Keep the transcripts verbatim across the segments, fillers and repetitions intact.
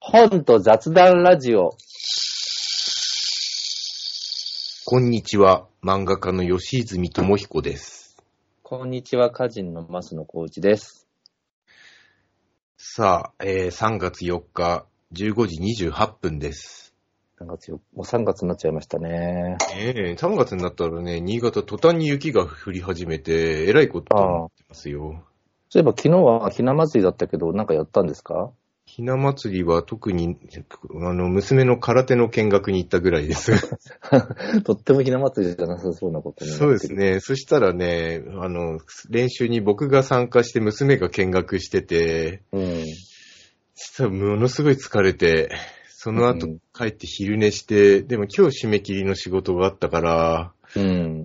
本と雑談ラジオ。 こんにちは、漫画家の吉泉智彦です。 こんにちは、歌人の増野幸一です。 さあ、えー、さんがつよっか、じゅうごじにじゅうはっぷんです。 さんがつよもうさんがつになっちゃいましたね。 ええー、さんがつになったらね、新潟途端に雪が降り始めて、えらいことになってますよ。 そういえば昨日はひな祭りだったけど、なんかやったんですか？ ひな祭りは特に、あの、娘の空手の見学に行ったぐらいです。 とってもひな祭りじゃなさそうなことになってる。 そうですね。そしたらね、あの、練習に僕が参加して娘が見学してて、 うん。 そしたらものすごい疲れて、その後帰って昼寝して、うん、でも今日締め切りの仕事があったから、 うん、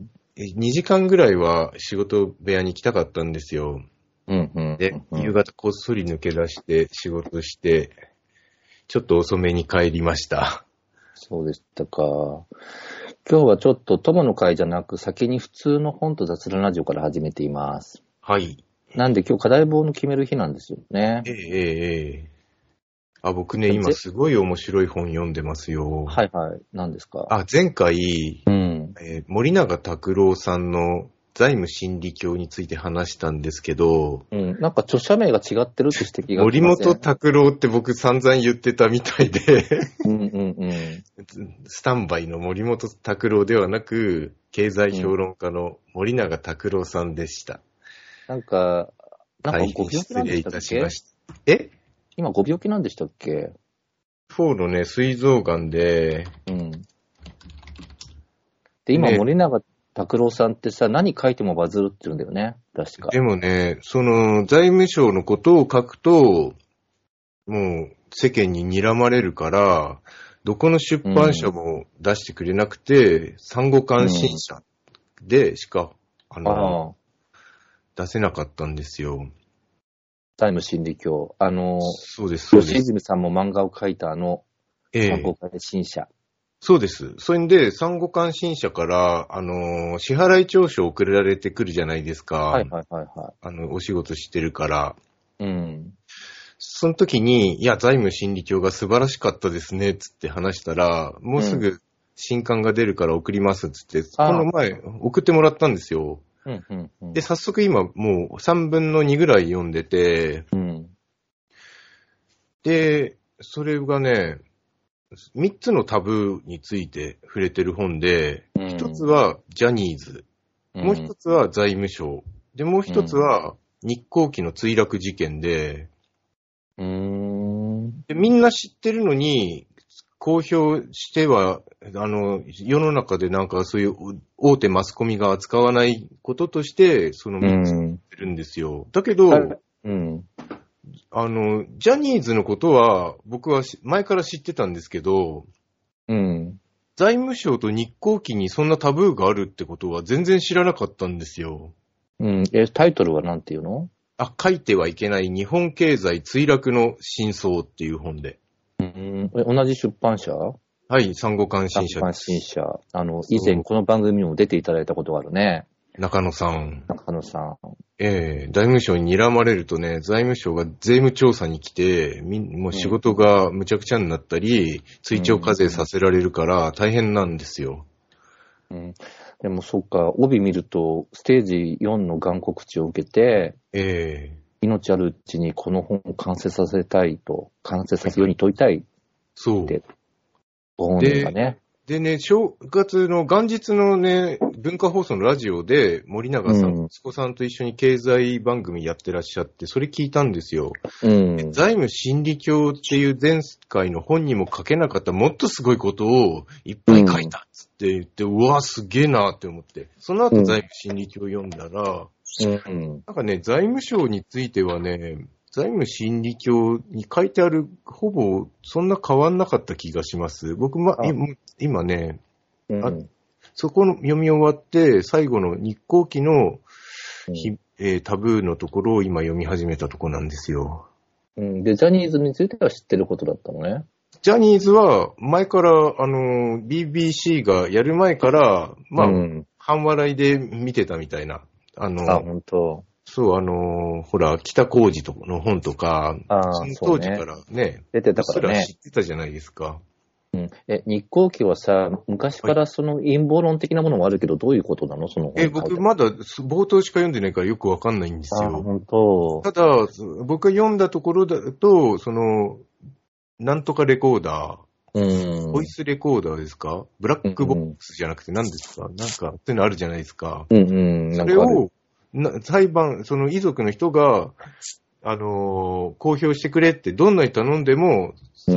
にじかんぐらいは仕事部屋に行きたかったんですよ。 うんうん、 で、夕方こっそり抜け出して仕事して、ちょっと遅めに帰りました。 そうでしたか。今日はちょっと友の会じゃなく、先に普通の本と雑談ラジオから始めています。 はい。 なんで今日課題本の決める日なんですよね。 ええええ。あ、僕ね、今すごい面白い本読んでますよ。 はいはい。何ですか？ あ、前回、 うんえー、森永卓郎さんの財務心理教について話したんですけど、 うん、なんか著者名が違ってるって指摘が森本卓郎って僕散々言ってたみたいで、 うんうんうん、 スタンバイの森本卓郎ではなく、経済評論家の森永卓郎さんでした。 うん、なんか、なんか大変ご病気なんでしたっけ？ 失礼いたしました。え？ 今ご病気なんでしたっけ？ フォーのね、膵臓がんで、 うん。で、今、 ね、 森永卓郎さんってさ、何書いてもバズるって言うんだよね。確か。 でもね、その財務省のことを書くと、もう世間に睨まれるから、どこの出版社も出してくれなくて、うん、産後監診社でしか、あの、あ出せなかったんですよ。 財務心理教。あの、 そうです、そうです。 吉泉さんも漫画を書いたあの、産後監診社。 そうです。それで、産後監診者から、あの、支払い調書送られてくるじゃないですか。 はいはいはいはい。 あの、お仕事してるから。 うん。 その時に、いや、財務心理教が素晴らしかったですね、つって話したら、もうすぐ新刊が出るから送ります、つって、うん、この前送ってもらったんですよ。 うんうんうん、 で、早速今もうさんぶんのにぐらい読んでて、 うん、で、 それがね、みっつのタブーについて触れてる本で、ひとつはジャニーズ、うん、もうひとつは財務省、で、もうひとつは日航機の墜落事件で、 うーん、 でみんな知ってるのに、公表しては、あの、世の中でなんかそういう大手マスコミが扱わないこととして、そのみっつ言ってるんですよ。うん、だけど、 うん、 あの、ジャニーズのことは僕は前から知ってたんですけど、 うん、 財務省と日航機にそんなタブーがあるってことは全然知らなかったんですよ。 うん、え、タイトルはなんていうの？ あ、書いてはいけない日本経済墜落の真相っていう本で。 うん、え、同じ出版社？ はい、産後監診社です。 監診社。あの、以前この番組にも出ていただいたことがあるね。 中野さん。 中野さん。 ええー、財務省に睨まれるとね、財務省が税務調査に来て、みもう仕事がむちゃくちゃになったり、うん、追徴課税させられるから大変なんですよ。 うん、でもそっか、帯見ると、ステージよんのがん告知を受けて、 ええー、 命あるうちにこの本を完成させたいと、完成させるように問いたいって、 そう。 ご本人がね。 でね、正月の元日のね、文化放送のラジオで森永さん、うん、息子さんと一緒に経済番組やってらっしゃって、それ聞いたんですよ。うん、財務心理教っていう前回の本にも書けなかったもっとすごいことをいっぱい書いたっつって言って、うん、うわ、すげえなって思って。その後財務心理教を読んだら、うん、なんかね、財務省についてはね、財務心理教に書いてある、ほぼそんな変わんなかった気がします。僕、ま、今ね、うん、あ、そこの読み終わって、最後の日航機の、うんえー、タブーのところを今読み始めたところなんですよ。 うん。で、ジャニーズについては知ってることだったのね。 ジャニーズは前から、あの、ビービーシー がやる前から、まあ、うん、半笑いで見てたみたいな。 あの、あ、本当。 そう、あのー、ほら、北浩二とかの本とか、 あその当時からね、ね出てたからね。 知ってたじゃないですか。 うん。え、日航機はさ、昔からその陰謀論的なものもあるけど、どういうことなのその本。 え、僕まだ冒頭しか読んでないからよくわかんないんですよ。 あ、本当。 ただ、僕が読んだところだと、その、なんとかレコーダー、 うん。 ボイスレコーダーですか？ブラックボックスじゃなくて何ですか？なんか、そういうのあるじゃないですか。 うんうん。 それを、な裁判、その遺族の人が、あのー、公表してくれってどんなに頼んでも、 うん、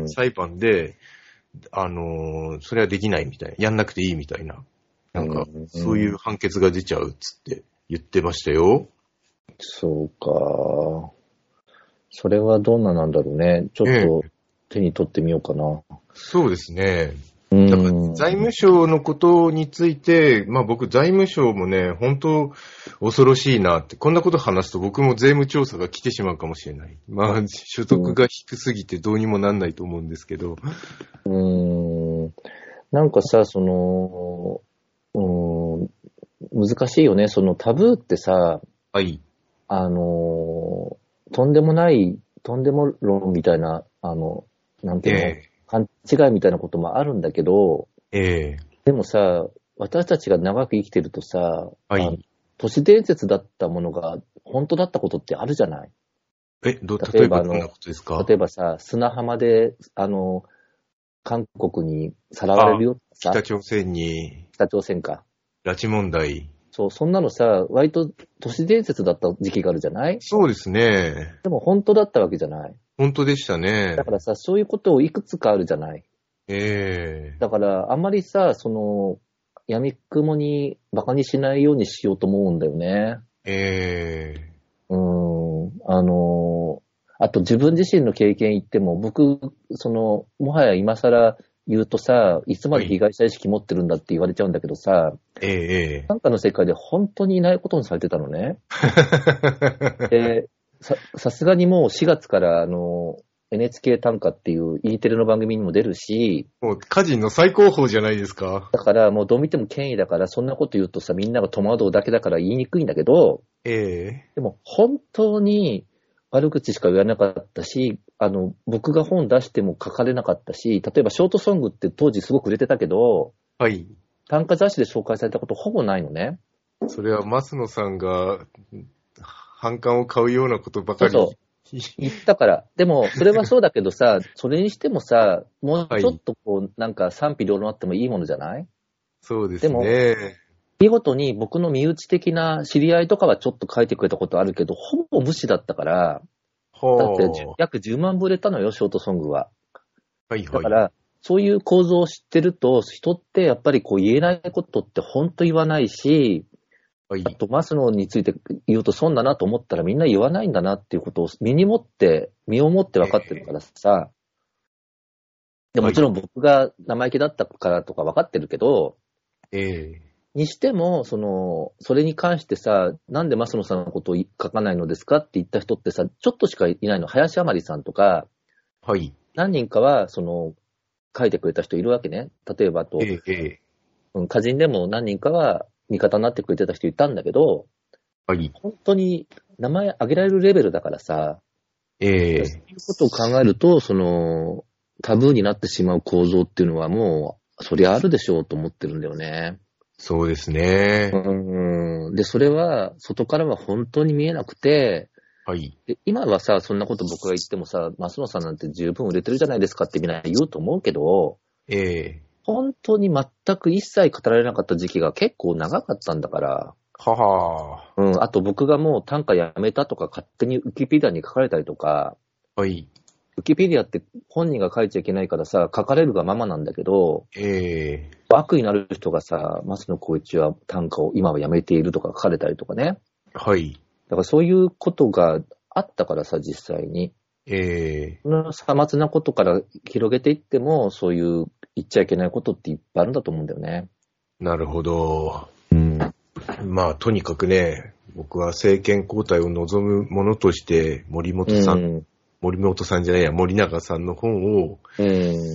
裁判で、あのー、それはできないみたいな。やんなくていいみたいな。なんか、そういう判決が出ちゃうっつって言ってましたよ。 そうか。それはどんななんだろうね。ちょっと手に取ってみようかな。 ええ、そうですね。だから財務省のことについて、まあ僕財務省もね、本当恐ろしいなって、こんなこと話すと僕も税務調査が来てしまうかもしれない。まあ所得が低すぎてどうにもなんないと思うんですけど。 うーん。なんかさ、その、うーん、難しいよね。そのタブーってさ、 はい。 あの、とんでもない、とんでも論みたいな、あの、なんていうの、えー勘違いみたいなこともあるんだけど、 ええ、 でもさ、私たちが長く生きてるとさ、 はい、 都市伝説だったものが本当だったことってあるじゃない？ え、ど、例えばどんなことですか？ 例えばさ、砂浜で、あの、韓国にさらわれるよってさ。 北朝鮮に。 北朝鮮か。 拉致問題。 そう、そんなのさ、割と都市伝説だった時期があるじゃない？ そうですね。 でも本当だったわけじゃない？ 本当でしたね。 だからさ、そういうことをいくつかあるじゃない？ ええー。 だから、あんまりさ、その、闇雲に馬鹿にしないようにしようと思うんだよね。 ええー。うーん。あの、あと自分自身の経験言っても、僕、その、もはや今更言うとさ、いつまで被害者意識持ってるんだって言われちゃうんだけどさ、 ええー。 なんかの世界で本当にいないことにされてたのね。で、さ、さすがにもうしがつから、あの、エヌエイチケー 短歌っていう E テレの番組にも出るし、 もう歌人の最高峰じゃないですか。 だからもうどう見ても権威だから、そんなこと言うとさ、みんなが戸惑うだけだから言いにくいんだけど、 ええー、でも本当に悪口しか言わなかったし、あの、僕が本出しても書かれなかったし、例えばショートソングって当時すごく売れてたけど、 はい。 短歌雑誌で紹介されたことほぼないのね。 それは増野さんが反感を買うようなことばかり。 そうそう言ったから。でも、それはそうだけどさ、それにしてもさ、もうちょっとこう、はい、なんか賛否両論あってもいいものじゃない？ そうですね。 でも、見事に僕の身内的な知り合いとかはちょっと書いてくれたことあるけど、ほぼ無視だったから、だって約じゅうまんぶ売れたのよ、ショートソングは。 はいはい。 だから、そういう構造を知ってると、人ってやっぱりこう言えないことって本当言わないし、はい、あと、マスノについて言うと損だなと思ったらみんな言わないんだなっていうことを身に持って、身をもって分かってるからさ。でもちろん僕が生意気だったからとか分かってるけど、 ええ、 にしても、その、それに関してさ、なんでマスノさんのことを書かないのですかって言った人ってさ、ちょっとしかいないの。林余りさんとか、 はい。 何人かは、その、書いてくれた人いるわけね。例えばと、 ええ、 うん、歌人でも何人かは味方になってくれてた人いたんだけど、 はい。 本当に名前挙げられるレベルだからさ、 ええ、 そういうことを考えると、その、タブーになってしまう構造っていうのはもう、そりゃあるでしょうと思ってるんだよね。 そうですね。 うん。で、それは、外からは本当に見えなくて、 はい。 で今はさ、そんなこと僕が言ってもさ、増野さんなんて十分売れてるじゃないですかってみんな言うと思うけど、 ええ、 本当に全く一切語られなかった時期が結構長かったんだから。 はは。 うん。あと僕がもう短歌やめたとか勝手にウィキペディアに書かれたりとか。 はい。 ウィキペディアって本人が書いちゃいけないからさ、書かれるがままなんだけど、 ええ、 悪意のある人がさ、増野光一は短歌を今はやめているとか書かれたりとかね。 はい。 だからそういうことがあったからさ、実際に。 ええ、 そのさまつなことから広げていっても、そういう言っちゃいけないことっていっぱいあるんだと思うんだよね。 なるほど。 うん。 まあ、とにかくね、僕は政権交代を望むものとして、森本さん、うん、森本さんじゃないや、森永さんの本を、うん、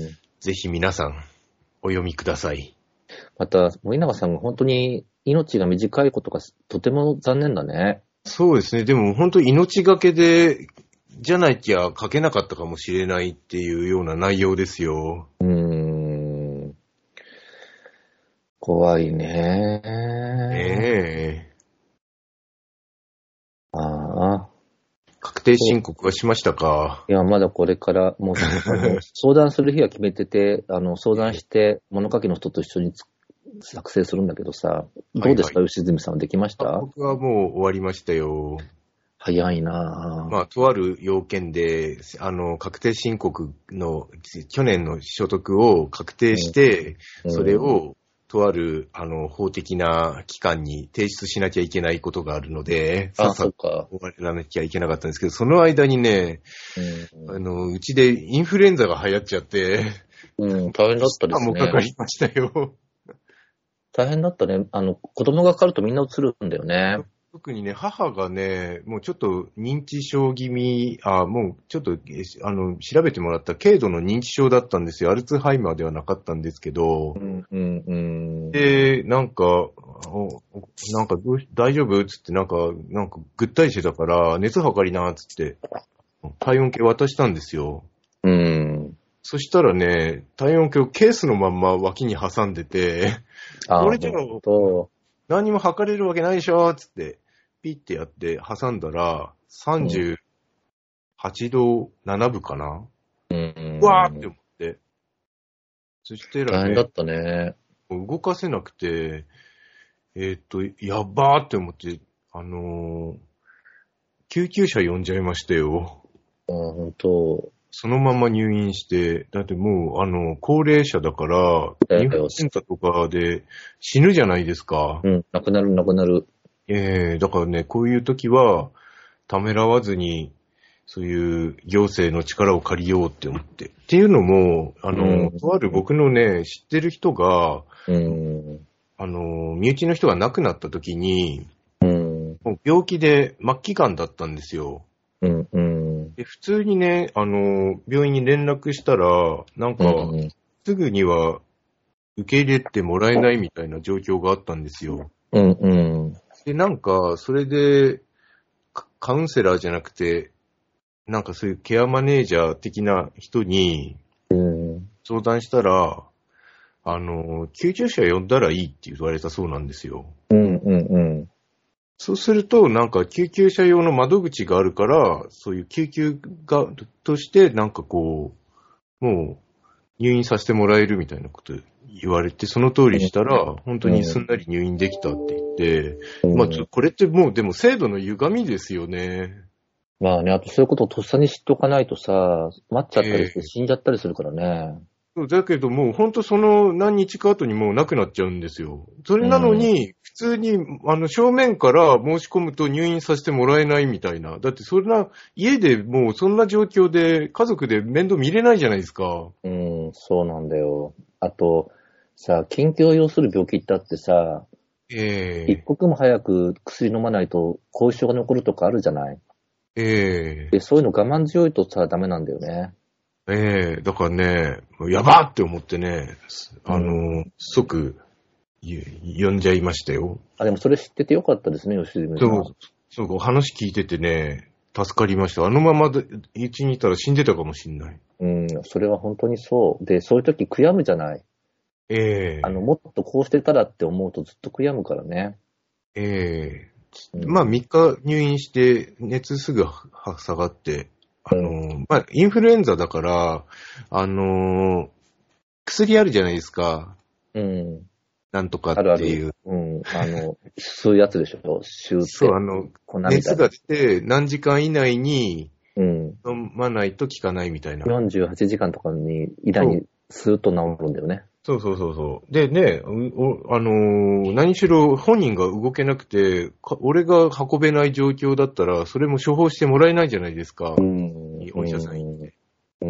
ぜひ皆さん、お読みください。 また、森永さんが本当に命が短いことがとても残念だね。 そうですね。でも本当命がけで、じゃなきゃ書けなかったかもしれないっていうような内容ですよ。 うーん。怖いね。 ええ。 ああ。 確定申告はしましたか？ いや、まだこれから、もう、あの、相談する日は決めてて、あの、相談して、物書きの人と一緒に作成するんだけどさ、どうですか、はいはい、吉住さん、できました？ 僕はもう終わりましたよ。 早いなぁ。 まあ、とある要件で、あの、確定申告の、去年の所得を確定して、うん、それを、とある、あの、法的な機関に提出しなきゃいけないことがあるので、 さっさと終わらなきゃいけなかったんですけど、その間にね、うん、あの、うちでインフルエンザが流行っちゃって、 うん、大変だったですね。 もうかかりましたよ。 大変だったね。あの、子供がかかるとみんな移るんだよね。 特にね、母がね、もうちょっと認知症気味、あ、もうちょっと、あの、調べてもらった軽度の認知症だったんですよ。アルツハイマーではなかったんですけど。 うんうんうん、 で、なんか、なんか大丈夫つって、なんか、なんかぐったりしてたから、熱測りな、つって、体温計渡したんですよ。 うん。 そしたらね、体温計をケースのまんま脇に挟んでて、これじゃ何も測れるわけないでしょ、つって。ピッてやって挟んだら、さんじゅうはちどななぶかな、うん、うわーって思って。そしたらね、 大変だったね。 動かせなくて、えー、っと、やっばーって思って、あのー、救急車呼んじゃいましたよ。 あ、本当。 そのまま入院して、だってもう、あの、高齢者だから、インフルエンザとかで死ぬじゃないですか。 うん、亡くなる亡くなる。 ええー、だからね、こういう時は、ためらわずに、そういう行政の力を借りようって思って。っていうのも、あの、うん、とある僕のね、知ってる人が、うん、あの、身内の人が亡くなった時に、うん、もう病気で末期癌だったんですよ。うんうん、で普通にね、あの、病院に連絡したら、なんか、うん、すぐには受け入れてもらえないみたいな状況があったんですよ。うんうんで、なんか、それで、カウンセラーじゃなくて、なんかそういうケアマネージャー的な人に相談したら、あの、救急車呼んだらいいって言われたそうなんですよ。うんうんうん。そうすると、なんか救急車用の窓口があるから、そういう救急が、として、なんかこう、もう入院させてもらえるみたいなこと言われて、その通りしたら、本当にすんなり入院できたって言って、うん、まあ、これってもうでも制度の歪みですよね。 まあね、あとそういうことをとっさに知っておかないとさ、待っちゃったりして死んじゃったりするからね。 えー、だけどもう本当その何日か後にもう亡くなっちゃうんですよ。それなのに、普通にあの正面から申し込むと入院させてもらえないみたいな。だってそんな、家でもうそんな状況で家族で面倒見れないじゃないですか。 うん、そうなんだよ。あと、さ、緊急を要する病気だってさ、えー、一刻も早く薬飲まないと後遺症が残るとかあるじゃない。ええー。で、そういうの我慢強いとさ、ダメなんだよね。 ええー、だからね、やばって思ってね、あの、うん、即、呼んじゃいましたよ。 あ、でもそれ知っててよかったですね、吉住さん。 そう、そう、話聞いててね、助かりました。あのままで家にいたら死んでたかもしんない。 うん、それは本当にそう。で、そういう時悔やむじゃない。 ええー。 あの、もっとこうしてたらって思うとずっと悔やむからね。 ええー。うん、まあみっか入院して熱すぐ下がって、あの、うん、まあインフルエンザだから、あの、薬あるじゃないですか。うん。なんとかっていう。あるある。 うん。あの、吸うやつでしょ。吸うって。 そう、あの、熱が出て何時間以内に飲まないと効かないみたいな。 よんじゅうはちじかんとかに、以内に吸うと治るんだよね。 そうそうそうそう。でね、おあのー、何しろ本人が動けなくて、俺が運べない状況だったら、それも処方してもらえないじゃないですか。うん。お医者さんにね。うん。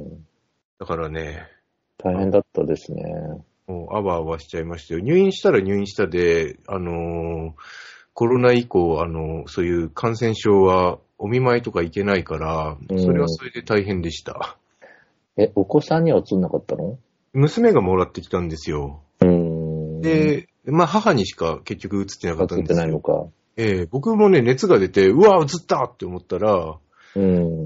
だからね。 大変だったですね。 もうあわあわしちゃいましたよ。入院したら入院したで、あのー、コロナ以降、あのー、そういう感染症はお見舞いとか行けないから、それはそれで大変でした。 え、お子さんには移んなかったの？ 娘がもらってきたんですよ。うーん。で、まあ母にしか結局移ってなかったんですよ。移ってないのか。 ええ、僕もね、熱が出て、うわ、映ったって思ったら、 うん。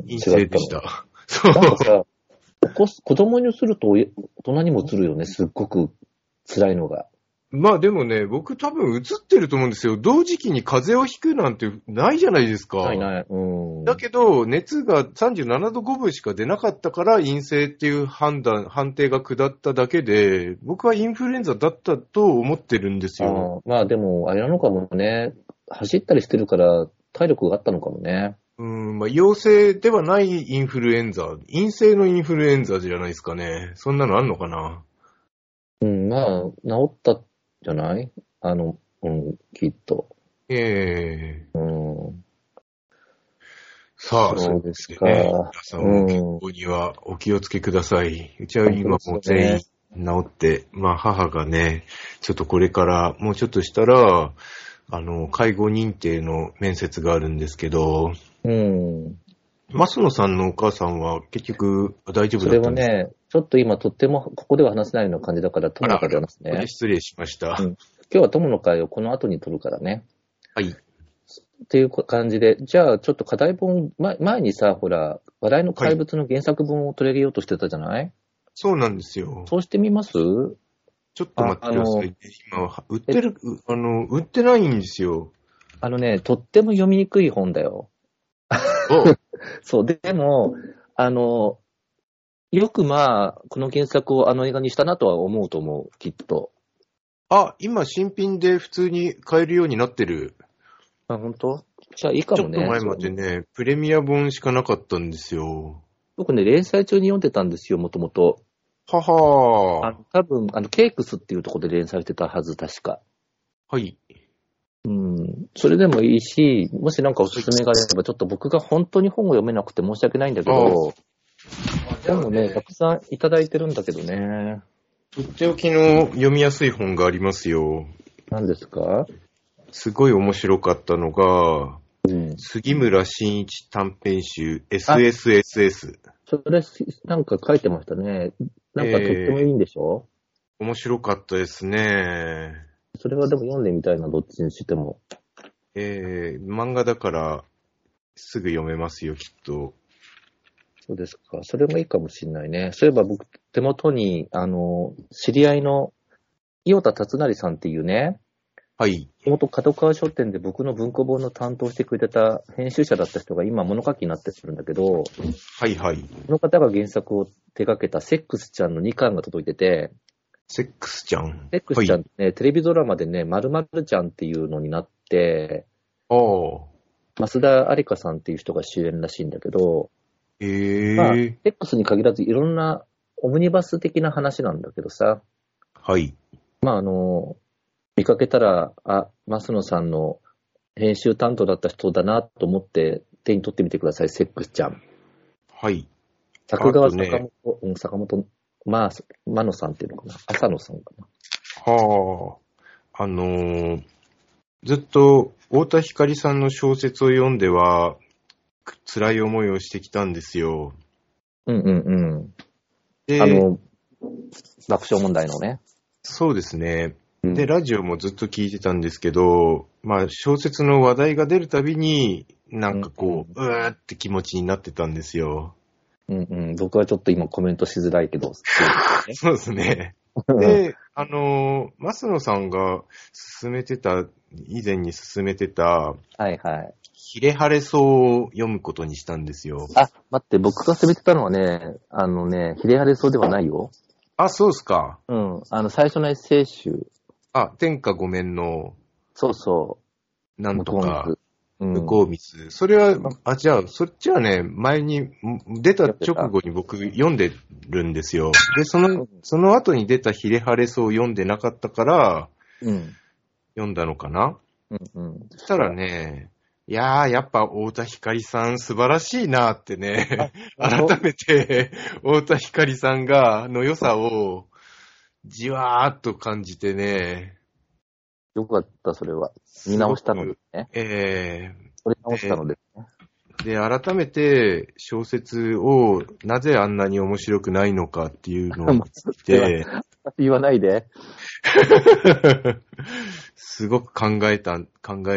陰性でした。そう。 なんかさ、子供にすると大人にも映るよね、すっごく辛いのが。 まあでもね、僕多分映ってると思うんですよ。同時期に風邪をひくなんてないじゃないですか。 ないない。うん。 だけど、熱がさんじゅうななどごぶしか出なかったから陰性っていう判断、判定が下っただけで、僕はインフルエンザだったと思ってるんですよ。 あまあでも、あれなのかもね。走ったりしてるから体力があったのかもね。 うん、まあ陽性ではないインフルエンザ、陰性のインフルエンザじゃないですかね。そんなのあんのかな。 うん、まあ、治ったじゃないあの、うん、きっと。 ええー。 うん。 さあ、 そうですか。 ね、皆さんも健康にはお気をつけください。うん、うちは今もう全員治って、ね、まあ母がね、ちょっとこれからもうちょっとしたら、あの、介護認定の面接があるんですけど、うん。増野さんのお母さんは結局大丈夫だったんですか？ それはね、ちょっと今とってもここでは話せないような感じだから、友の会で話すね。 失礼しました、うん。 今日は友の会をこの後に取るからね。 はい。 っていう感じで、じゃあちょっと課題本、前にさ、ほら、話題の怪物の原作本を取り上げようとしてたじゃない、はい、 そうなんですよ。 そうしてみます？ちょっと待ってください。今、売ってる、あの、売ってないんですよ。 あのね、とっても読みにくい本だよ。そう、でも、あの、よくまあ、この原作をあの映画にしたなとは思うと思う、きっと。 あ、今新品で普通に買えるようになってる。 あ、本当？じゃあいいかもね。 ちょっと前までね、プレミア本しかなかったんですよ。 僕ね、連載中に読んでたんですよ、もともと。 ははー。 あの、多分、あの、ケイクスっていうところで連載してたはず、確か。 はい。 うん。それでもいいし、もしなんかおすすめがあれば、ちょっと僕が本当に本を読めなくて申し訳ないんだけど、でもね、たくさんいただいてるんだけどね。 とっておきの読みやすい本がありますよ。 何ですか？ すごい面白かったのが、 うん、 杉村真一短編集 エスエスエスエス。 それ、なんか書いてましたね。なんかとってもいいんでしょ？ えー、面白かったですね。 それはでも読んでみたいな、どっちにしても。 えー、漫画だからすぐ読めますよ、きっと。 そうですか。それもいいかもしれないね。そういえば僕、手元に、あの、知り合いの、伊予田達成さんっていうね、 はい。 元角川書店で僕の文庫本の担当してくれた編集者だった人が今物書きになってるんだけど、 はいはい。 この方が原作を手掛けたセックスちゃんのにかんが届いてて、 セックスちゃん。 セックスちゃんってね、はい、テレビドラマでね、〇〇ちゃんっていうのになって、 ああ。 増田有香さんっていう人が主演らしいんだけど、 えー、 まあ、セックスに限らずいろんなオムニバス的な話なんだけどさ、 はい。 まああの、見かけたら、あ、増野さんの編集担当だった人だなと思って手に取ってみてください、セックスちゃん。 はい。 作画は坂本、ね、うん、坂本、まあ、真野さんっていうのかな、浅野さんかな。 はあ。あのー、ずっと太田光さんの小説を読んでは、辛い思いをしてきたんですよ。 うんうんうん。で、あの、爆笑問題のね。 そうですね。で、ラジオもずっと聞いてたんですけど、まあ、小説の話題が出るたびに、なんかこう、うん、うーって気持ちになってたんですよ。 うんうん。僕はちょっと今コメントしづらいけど。 そうですね。で、あの、増野さんが進めてた、以前に進めてた、 はいはい。 ヒレハレソを読むことにしたんですよ。 あ、待って、僕が進めてたのはね、あのね、ヒレハレソではないよ。 あ、そうですか。 うん。あの、最初のエッセイ集。 あ、天下御免の。 そうそう。 なんとか。 向こう蜜、うん。それは、あ、じゃあ、そっちはね、前に出た直後に僕読んでるんですよ。で、その、その後に出たヒレハレソを読んでなかったから、うん、読んだのかな。うんうん、そしたらね、いやー、やっぱ太田光さん素晴らしいなってね、改めて太田光さんが、の良さをじわーっと感じてね。 よかった、それは。見直したのですね。 ええー。 それ直したのですね。 で、改めて小説をなぜあんなに面白くないのかっていうのを見て、 言わないで。 すごく考えた、考える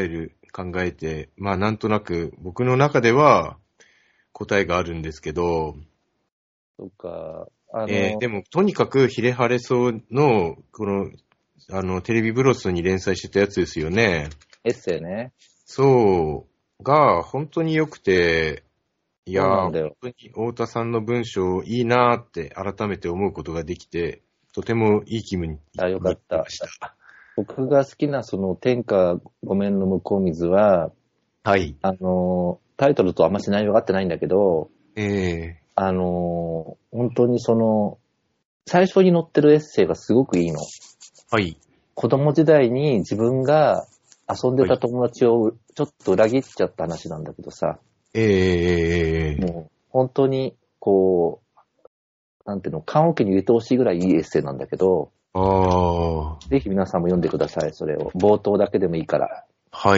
考えて、まあなんとなく僕の中では答えがあるんですけど、 そうか、あの、 えー、でもとにかくヒレハレソの、この、あの、テレビブロスに連載してたやつですよね。 エッセイね。 そう、が本当に良くて、いやー、 そうなんだよ。 本当に太田さんの文章いいなーって改めて思うことができて、とてもいい気分にあ、よかなりった。 ました。 僕が好きなその天下ごめんの向こう水は、 はい。 あの、タイトルとあんまし内容が合ってないんだけど、 えあの、本当にその、最初に載ってるエッセイがすごくいいの。 ー、はい。 子供時代に自分が遊んでた友達をちょっと裏切っちゃった話なんだけどさ、 えー、 もう本当にこう、なんていうの、棺桶に入れてほしいぐらいいいエッセイなんだけど、 あー、 ぜひ皆さんも読んでください、それを。冒頭だけでもいいから。 はい。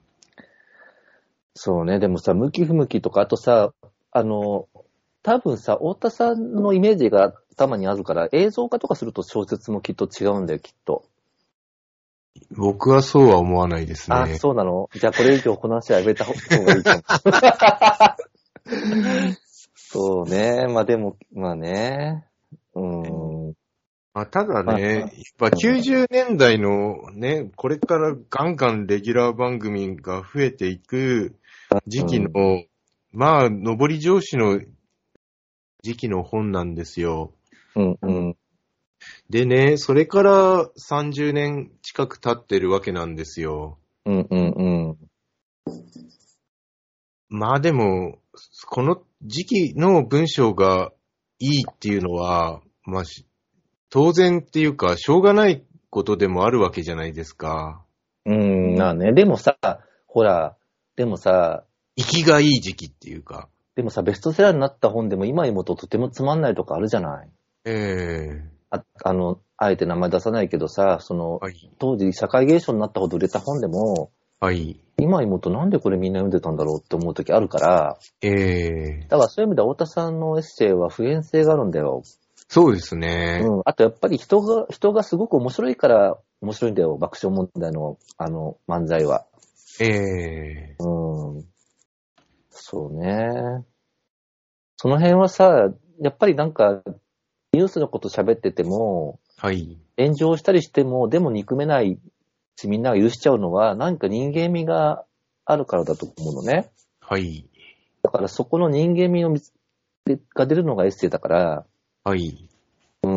そうね、でもさ、向き不向きとか、あとさ、あの、多分さ、太田さんのイメージが頭にあるから、映像化とかすると小説もきっと違うんだよ、きっと。 僕はそうは思わないですあ、 ね。 そうなの？じゃあこれ以上この話はやめた方がいいかも。そうね、まあでも、まあね。うーん。 まあ、ただまあ、 ね、やっぱきゅうじゅうねんだいのね、これからガンガンレギュラー番組が増えていく時期の、 うん、 まあ、上り調子の時期の本なんですよ。 うんうん。 でね、それからさんじゅうねん近く経ってるわけなんですよ。 うんうんうん。 まあでも、この時期の文章がいいっていうのは、まあ、し当然っていうか、しょうがないことでもあるわけじゃないですか。 うん、まあね。でもさ、ほら、でもさ、 生きがいい時期っていうか。 でもさ、ベストセラーになった本でも今読むととてもつまんないとかあるじゃない。 ええあ、あの、あえて名前出さないけどさ、その、 はい。 当時社会現象になったほど売れた本でも、 はい。 今読むとなんでこれみんな読んでたんだろうって思う時あるから、 ええだからそういう意味では太田さんのエッセイは普遍性があるんだよ。 そうですね。 うん。あとやっぱり人が、人がすごく面白いから面白いんだよ。爆笑問題の、あの、漫才は。 ええうん。そうね。その辺はさ、やっぱりなんか、ニュースのこと喋ってても、 はい。 炎上したりしても、でも憎めないし、みんなが許しちゃうのは、なんか人間味があるからだと思うのね。 はい。 だからそこの人間味を見つが出るのがエッセイだから、 はい。 うん。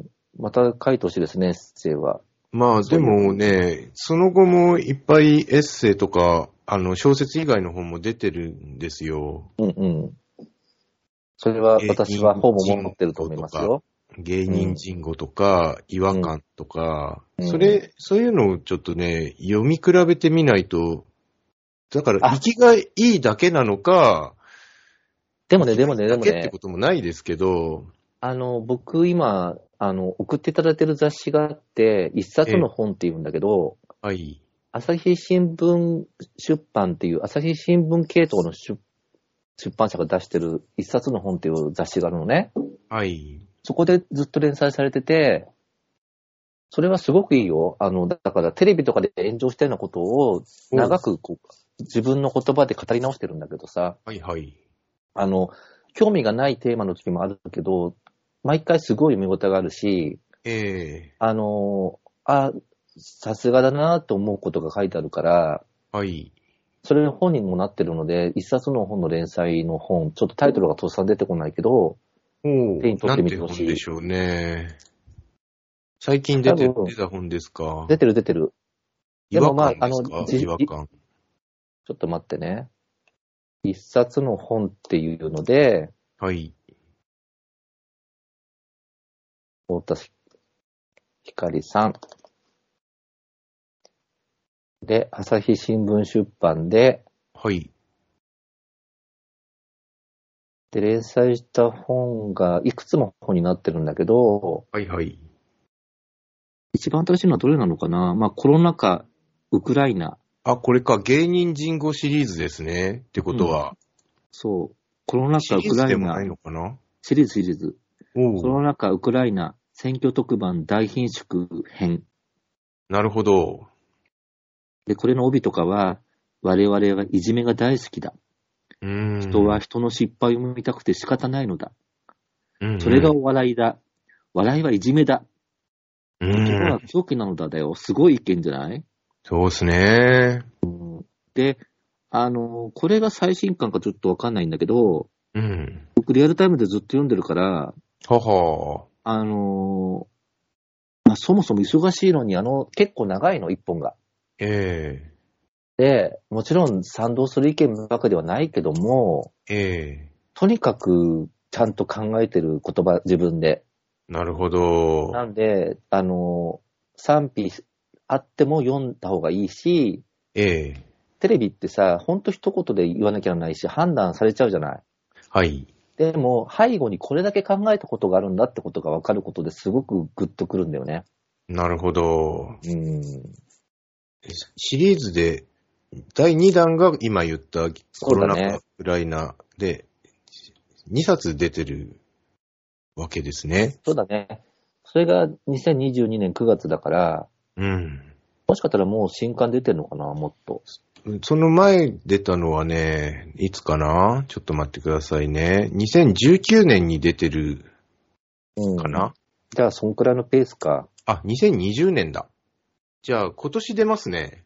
また書いてほしいですね、エッセイは。 まあでもね、その後もいっぱいエッセイとか、あの、小説以外の本も出てるんですよ。 うんうん。それは芸私はほぼ人持ってると思い人語とか、 ますよ。 芸人人語とか、違和感とか、 うん、 それ、そういうのをちょっとね、読み比べてみないと、だから、 あ、 生きがいいだけなのか、 でもね、でもね、でだけってもね、 こともないですけど、 あの、僕今、あの、送っていただいてる雑誌があって、一冊え、 の本って言うんだけど、 はい、 朝日新聞出版っていう、朝日新聞系統の出出版社が出してる一冊の本っていう雑誌があるのね。 はい、 そこでずっと連載されてて、それはすごくいいよ。あの、だからテレビとかで炎上したようなことを長くこう自分の言葉で語り直してるんだけどさ、 はい、はい。 あの、興味がないテーマの時もあるけど、毎回すごい読み応えがあるし、 えあの、あ、さすがだなと思うことが書いてあるから、 ー、はい。 それ本にもなってるので、一冊の本の連載の本、ちょっとタイトルがとっさに出てこないけど、 おー、 手に取ってなんてみてほしい。 本でしょうね。最近出て、 多分、 出た本ですか？ 出てる出てる。 違和でもまあ、あの、 感ですか？ じ、じ違和感。 ちょっと待ってね。一冊の本っていうので、 はい。 太田ひかりさん。で、朝日新聞出版で、 はい。 で、連載した本がいくつも本になってるんだけど、 はい、はい。 一番新しいのはどれなのかな？まあ、コロナ禍、ウクライナ。 あ、これか、芸人人語シリーズですね。ってことは。 そう。コロナ禍、ウシリークライナ。 ズでもないのかな？ シリーズ、シリーズ。 おコロお、 ナ禍、ウクライナ、選挙特番大貧縮編。 なるほど。 で、これの帯とかは、我々はいじめが大好きだ。 うん。 人は人の失敗を見たくて仕方ないのだ。 うんうん、 それがお笑いだ。笑いはいじめだ。 うん。 男は狂気なのだだよ。すごい意見じゃない？ そうですね。 で、あの、これが最新刊かちょっとわかんないんだけど、 うん。 僕リアルタイムでずっと読んでるから、 はは。 あの、まあ、そもそも忙しいのに、あの、結構長いの、一本が。 ええで、もちろん賛同する意見ばかりではないけども、 ええとにかくちゃんと考えてる言葉、自分で。 なるほど。 なんで、あの、賛否あっても読んだ方がいいし、 ええテレビってさ、ほんと一言で言わなきゃならないし、判断されちゃうじゃない。 はい。 でも、背後にこれだけ考えたことがあるんだってことが分かることですごくグッとくるんだよね。 なるほど。 うん。 シリーズで、だいにだんが今言ったコロナ禍、 そうだね、 ウクライナで、にさつ出てるわけですね。 そうだね。それがにせんにじゅうにねんくがつだから、 うん。 もしかしたらもう新刊出てるのかな、もっと。 その前出たのはね、いつかな？ちょっと待ってくださいね。にせんじゅうきゅうねんに出てるかな？うん、 じゃあ、そんくらいのペースか。 あ、にせんにじゅうねんだ。じゃあ、今年出ますね。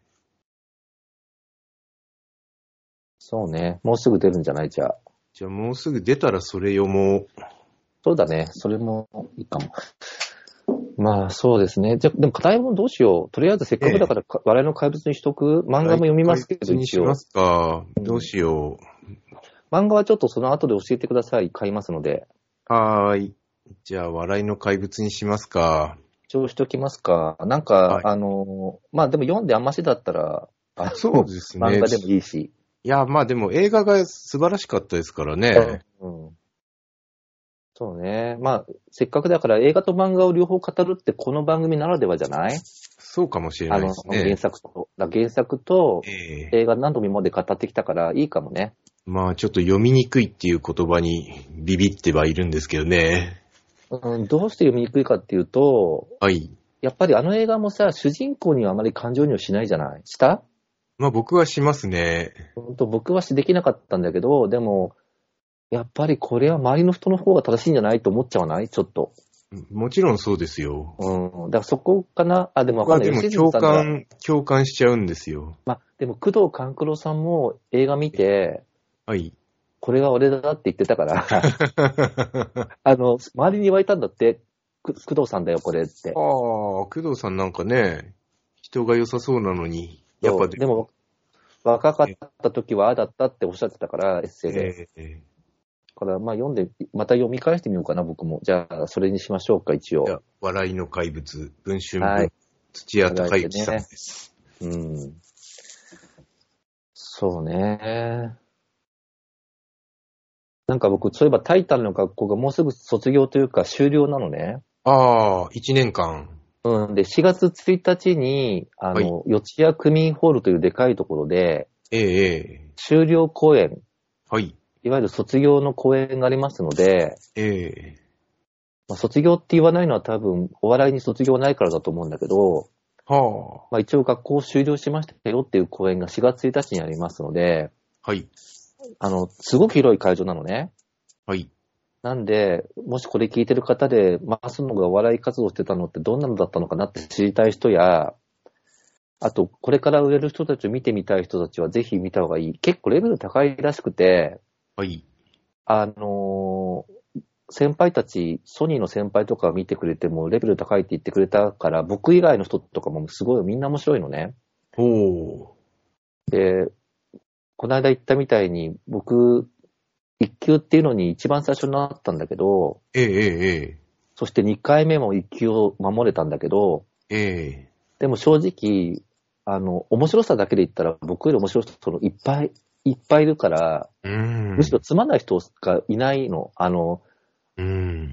そうね。もうすぐ出るんじゃないじゃあ。 じゃあ、もうすぐ出たらそれ読もう。 そうだね。それもいいかも。まあ、そうですね。じゃでも、課題もどうしよう。とりあえずせっかくだから、ええ、笑いの怪物にしとく。漫画も読みますけど、 怪物にしますか。どうしよう。 漫画はちょっとその後で教えてください。買いますので。 はーい。じゃあ、笑いの怪物にしますか。 一応しときますか。なんか、はい、あの、まあでも読んであんましだったら、あそうですね。 漫画でもいいし。 いや、まあでも映画が素晴らしかったですからね。 うん、そうね。まあ、せっかくだから映画と漫画を両方語るってこの番組ならではじゃない？ そうかもしれないですね。 あの、原作と、原作と映画何度も今まで語ってきたからいいかもね。 えー、まあちょっと読みにくいっていう言葉にビビってはいるんですけどね。 うん、どうして読みにくいかっていうと、 はい。 やっぱりあの映画もさ、主人公にはあまり感情移入しないじゃない？した？ まあ僕はしますね。 本当僕はしできなかったんだけど、でも、やっぱりこれは周りの人の方が正しいんじゃないと思っちゃわない？ちょっと。 もちろんそうですよ。 うん。だからそこかな。あ、でもわかんない。 でも共感、共感しちゃうんですよ。 まあ、でも工藤官九郎さんも映画見て、 はい。 これが俺だって言ってたから、あの、周りに言われたんだって、工藤さんだよ、これって。 ああ、工藤さんなんかね、人が良さそうなのに、やっぱでも、若かった時はああだったっておっしゃってたから、エッセイで。えーだから、まあ読んで、また読み返してみようかな、僕も。じゃあ、それにしましょうか、一応。 じゃあ、笑いの怪物、文春文、はい、土屋隆之さんです、 ね。うん。そうね。なんか僕、そういえばタイタンの学校がもうすぐ卒業というか終了なのね。 ああ、一年間。 うん。で、しがつついたちに、あの、はい、四谷区民ホールというでかいところで、 ええ終了公演。 はい。 いわゆる卒業の公演がありますので、 ええまあ、卒業って言わないのは多分、お笑いに卒業ないからだと思うんだけど、 はあ。 まあ一応学校を終了しましたよっていう公演がしがつついたちにありますので、 はい。 あの、すごく広い会場なのね。 はい。 なんで、もしこれ聞いてる方で、マスノがお笑い活動してたのってどんなのだったのかなって知りたい人や、あと、これから売れる人たちを見てみたい人たちはぜひ見た方がいい。結構レベル高いらしくて、 はい。 あのー、先輩たち、ソニーの先輩とか見てくれてもレベル高いって言ってくれたから、僕以外の人とかもすごいみんな面白いのね。 おー。 で、この間言ったみたいに、僕、一級っていうのに一番最初になったんだけど、 ええええ。 そして二回目も一級を守れたんだけど、 ええ。 でも正直、あの、面白さだけで言ったら僕より面白い人いっぱいいっぱいいるから、 うん、 むしろつまんない人がいないの。あの、 うん、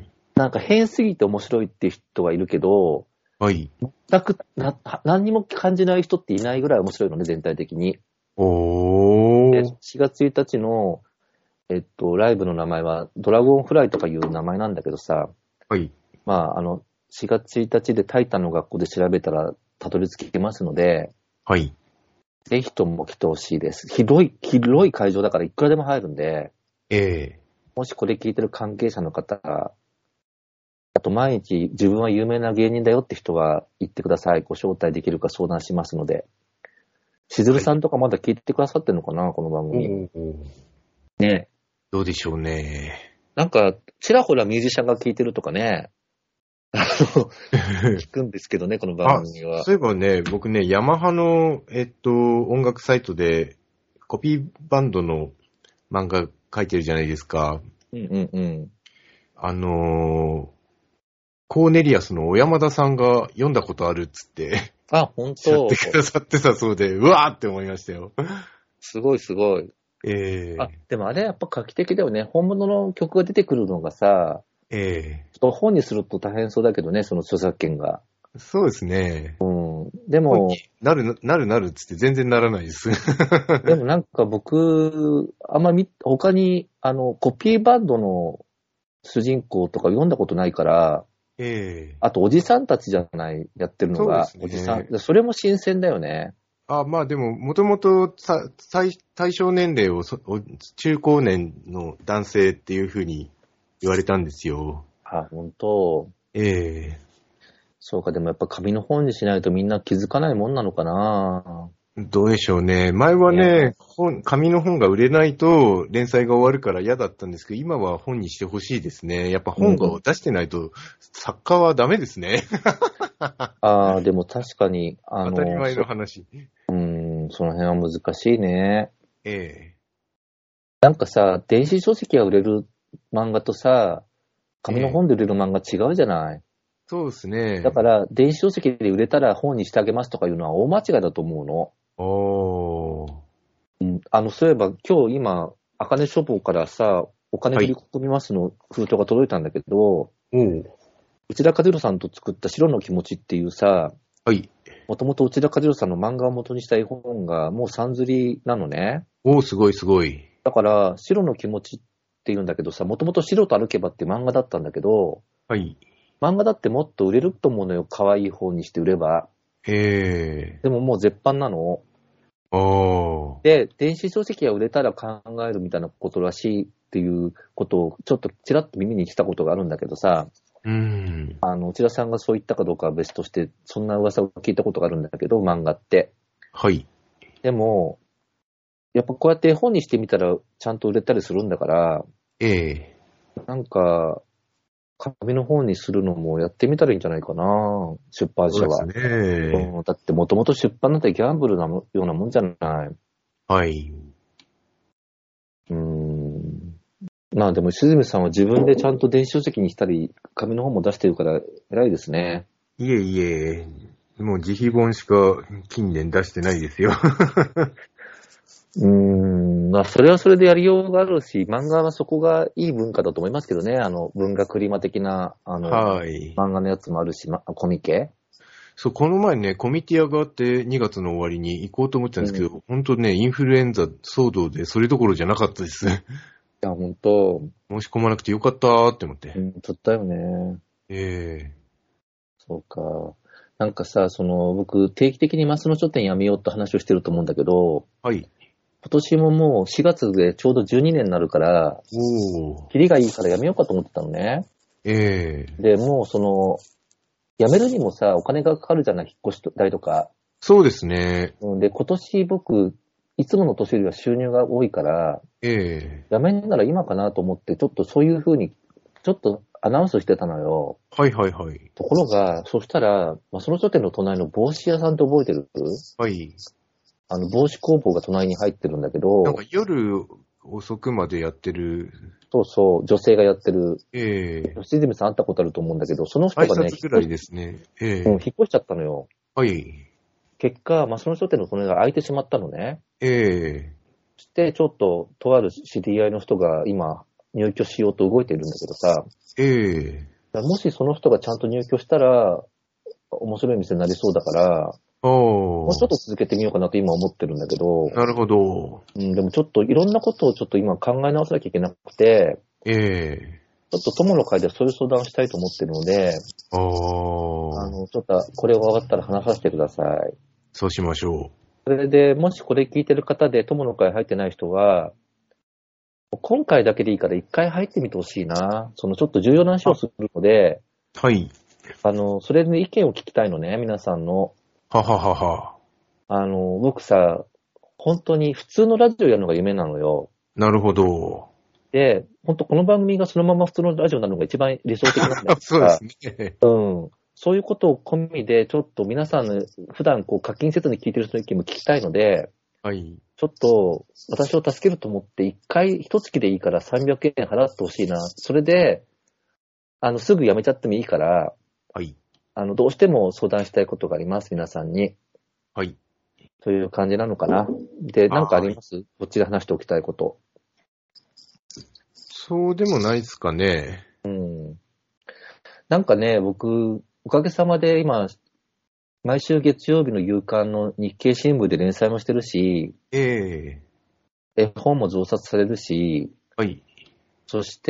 なんか変すぎて面白いっていう人はいるけど、 はい。 全くな何にも感じない人っていないぐらい面白いのね、全体的に。 おー。 でしがつついたちの、えっと、ライブの名前はドラゴンフライとかいう名前なんだけどさ、 はい。 まあ、あの、しがつついたちでタイタンの学校で調べたらたどり着けますので、 はい。 ぜひとも来てほしいです。広い、広い会場だからいくらでも入るんで、 ええ。 もしこれ聞いてる関係者の方、あと毎日自分は有名な芸人だよって人は言ってください。ご招待できるか相談しますので。しずるさんとかまだ聞いてくださってるのかな、はい、この番組。 おうおうねえ。 どうでしょうね。 なんか、ちらほらミュージシャンが聞いてるとかね。あの、聞くんですけどね、この番組は。 そういえばね、僕ね、ヤマハの、えっと、音楽サイトで、コピーバンドの漫画書いてるじゃないですか。 うんうんうん。 あのー、コーネリアスの小山田さんが読んだことあるっつって。 あ、本当。 やってくださってたそうで、うわーって思いましたよ。 すごいすごい。 ええー。 あ、でもあれやっぱ画期的だよね。本物の曲が出てくるのがさ、 ええー。 ちょっと本にすると大変そうだけどね、その著作権が。 そうですね。 うん。でも、 なる、なるなるっつって全然ならないです。 でもなんか僕、あんまみ、他に、あの、コピーバンドの主人公とか読んだことないから、 ええー。 あとおじさんたちじゃない、やってるのが、 そうですね、 おじさん。それも新鮮だよね。 あ、まあでも、もともと対象年齢を中高年の男性っていうふうに言われたんですよ。 あ、本当。 ええー。 そうか、でもやっぱ紙の本にしないとみんな気づかないもんなのかな。 どうでしょうね。前はね、ね本、紙の本が売れないと連載が終わるから嫌だったんですけど、今は本にしてほしいですね。やっぱ本を出してないと作家はダメですね。 ああ、でも確かに、あの、 当たり前の話。 うん、その辺は難しいね。 ええ。 なんかさ、電子書籍が売れる漫画とさ、紙の本で売れる漫画違うじゃない。ええ、 そうですね。 だから、電子書籍で売れたら本にしてあげますとかいうのは大間違いだと思うの。 おー。 うん、あの、そういえば今日今、あかね書房からさ、お金振り込みますの封筒が届いたんだけど、 はい、 内田和弘さんと作った白の気持ちっていうさ、 はい。 もともと内田和弘さんの漫画を元にした絵本がもうさんずりなのね。 おー、すごいすごい。 だから、白の気持ちって言うんだけどさ、もともと白と歩けばって漫画だったんだけど、 はい。 漫画だってもっと売れると思うのよ。可愛い方にして売れば。 へー。 でももう絶版なの。 あー。 で、電子書籍が売れたら考えるみたいなことらしいっていうことをちょっとちらっと耳にしたことがあるんだけどさ、 うん。 あの、内田さんがそう言ったかどうかは別として、そんな噂を聞いたことがあるんだけど、漫画って。 はい。 でも、やっぱこうやって絵本にしてみたらちゃんと売れたりするんだから、 ええ。 なんか、紙の本にするのもやってみたらいいんじゃないかな、出版社は。 そうですね。 うん、だってもともと出版なんてギャンブルなようなもんじゃない。 はい。 うーん。まあでも、しずみさんは自分でちゃんと電子書籍にしたり、紙の本も出してるから偉いですね。 いえいえ、もう自費本しか近年出してないですよ。 うーん。まあそれはそれでやりようがあるし、漫画はそこがいい文化だと思いますけどね。あの、文学リマ的な、あの、 はい。 漫画のやつもあるし、ま、コミケ。 そう、この前ね、コミティアがあってにがつの終わりに行こうと思ってたんですけど、うん、本当ね、インフルエンザ騒動でそれどころじゃなかったです。いや、本当。 申し込まなくてよかったーって思って。 うん、ちょっとだよね。 ええー。 そうか。なんかさ、その、僕、定期的にマスの書店やめようって話をしてると思うんだけど、 はい。 今年ももうしがつでちょうどじゅうにねんになるから、 おー。 キリがいいからやめようかと思ってたのね。 ええー。 で、もうその、やめるにもさ、お金がかかるじゃない、引っ越し代とか。 そうですね。 で、今年僕、いつもの年よりは収入が多いから、 ええー。 やめんなら今かなと思って、ちょっとそういう風に、ちょっとアナウンスしてたのよ。 はいはいはい。 ところが、そしたら、まあ、その書店の隣の帽子屋さんって覚えてる？ はい。 あの、帽子工房が隣に入ってるんだけど、 なんか夜遅くまでやってる。 そうそう、女性がやってる。 ええー。 吉住さん会ったことあると思うんだけど、その人がね、 挨拶ぐらいですね。ええー。 うん、引っ越しちゃったのよ。 はい。 結果、まあ、その書店の隣が空いてしまったのね。 ええー。 そして、ちょっと、とある知り合いの人が今、入居しようと動いてるんだけどさ、 ええー。 もしその人がちゃんと入居したら、面白い店になりそうだから、もうちょっと続けてみようかなと今思ってるんだけど。 なるほど。 うん、でもちょっといろんなことをちょっと今考え直さなきゃいけなくて、 ええちょっと友の会でそういう相談をしたいと思ってるので、 ああ。 あの、ちょっとこれ終わったら話させてください。 そうしましょそれで、もしこれ聞いてる方で友の会入ってない人は、今回だけでいいから一回入ってみてほしいな。そのちょっと重要な話をするので、 はい。 あの、それで意見を聞きたいのね、皆さんの。 はははは。 あの、僕さ、本当に普通のラジオやるのが夢なのよ。 なるほど。 で、本当この番組がそのまま普通のラジオになるのが一番理想的なんだけどそうですね。 うん。そういうことを込みで、ちょっと皆さんの普段こう課金せずに聞いてる人の意見も聞きたいので、 はい。 ちょっと私を助けると思って一回一月でいいからさんびゃくえん払ってほしいな。それで、あの、すぐやめちゃってもいいから、 はい。 あの、どうしても相談したいことがあります、皆さんに。 はい。 という感じなのかな。で、なんかあります？こっちで話しておきたいこと。 そうでもないですかね。 うん。なんかね、僕、おかげさまで今、毎週月曜日の夕刊の日経新聞で連載もしてるし、 え絵本も増刷されるし、 はい。 そして、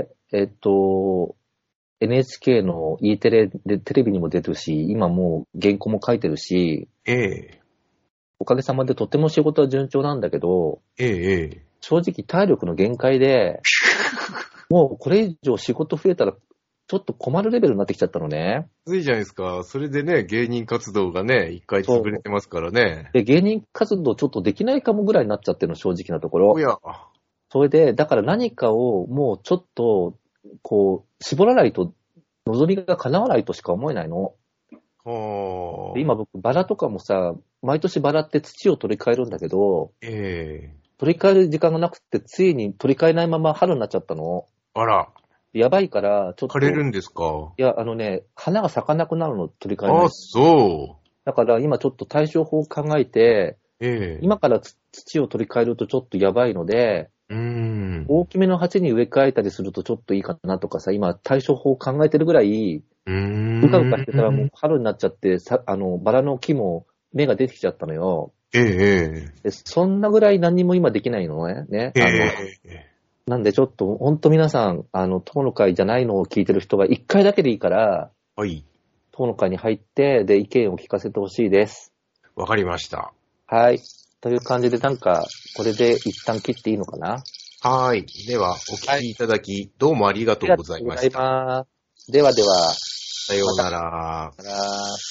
えっと、エヌエイチケー の E テレでテレビにも出てるし、今もう原稿も書いてるし、 ええおかげさまでとても仕事は順調なんだけど、 えええ正直体力の限界で、もうこれ以上仕事増えたらちょっと困るレベルになってきちゃったのね。 きついじゃないですか。それでね、芸人活動がね、一回潰れてますからね。 で、芸人活動ちょっとできないかもぐらいになっちゃってるの、正直なところ。 おや。 それで、だから何かをもうちょっと、こう、絞らないと、望みが叶わないとしか思えないの。 はあ。 で今僕、バラとかもさ、毎年バラって土を取り替えるんだけど、 ええ取り替える時間がなくて、ついに取り替えないまま春になっちゃったの。 あら。 やばいから、ちょっと。 枯れるんですか？ いや、あのね、花が咲かなくなるの、取り替えない。 あ、そう。 だから今ちょっと対処法を考えて、 ええ今から土を取り替えるとちょっとやばいので、 うーん。 大きめの鉢に植え替えたりするとちょっといいかなとかさ、今対処法を考えてるぐらい、 うーん。 うかうかしてたらもう春になっちゃって、さあの、バラの木も芽が出てきちゃったのよ。 ええでそんなぐらい何にも今できないのね。ね。 えあの、 えなんでちょっと、ほんと皆さん、あの、友の会じゃないのを聞いてる人が一回だけでいいから、 はい。 友の会に入って、で、意見を聞かせてほしいです。 わかりました。 はい。という感じで、なんか、これで一旦切っていいのかな？ はい。では、お聞きいただき、はい、どうもありがとうございました。 ありがとうございます。ではでは。 さようなら。 また。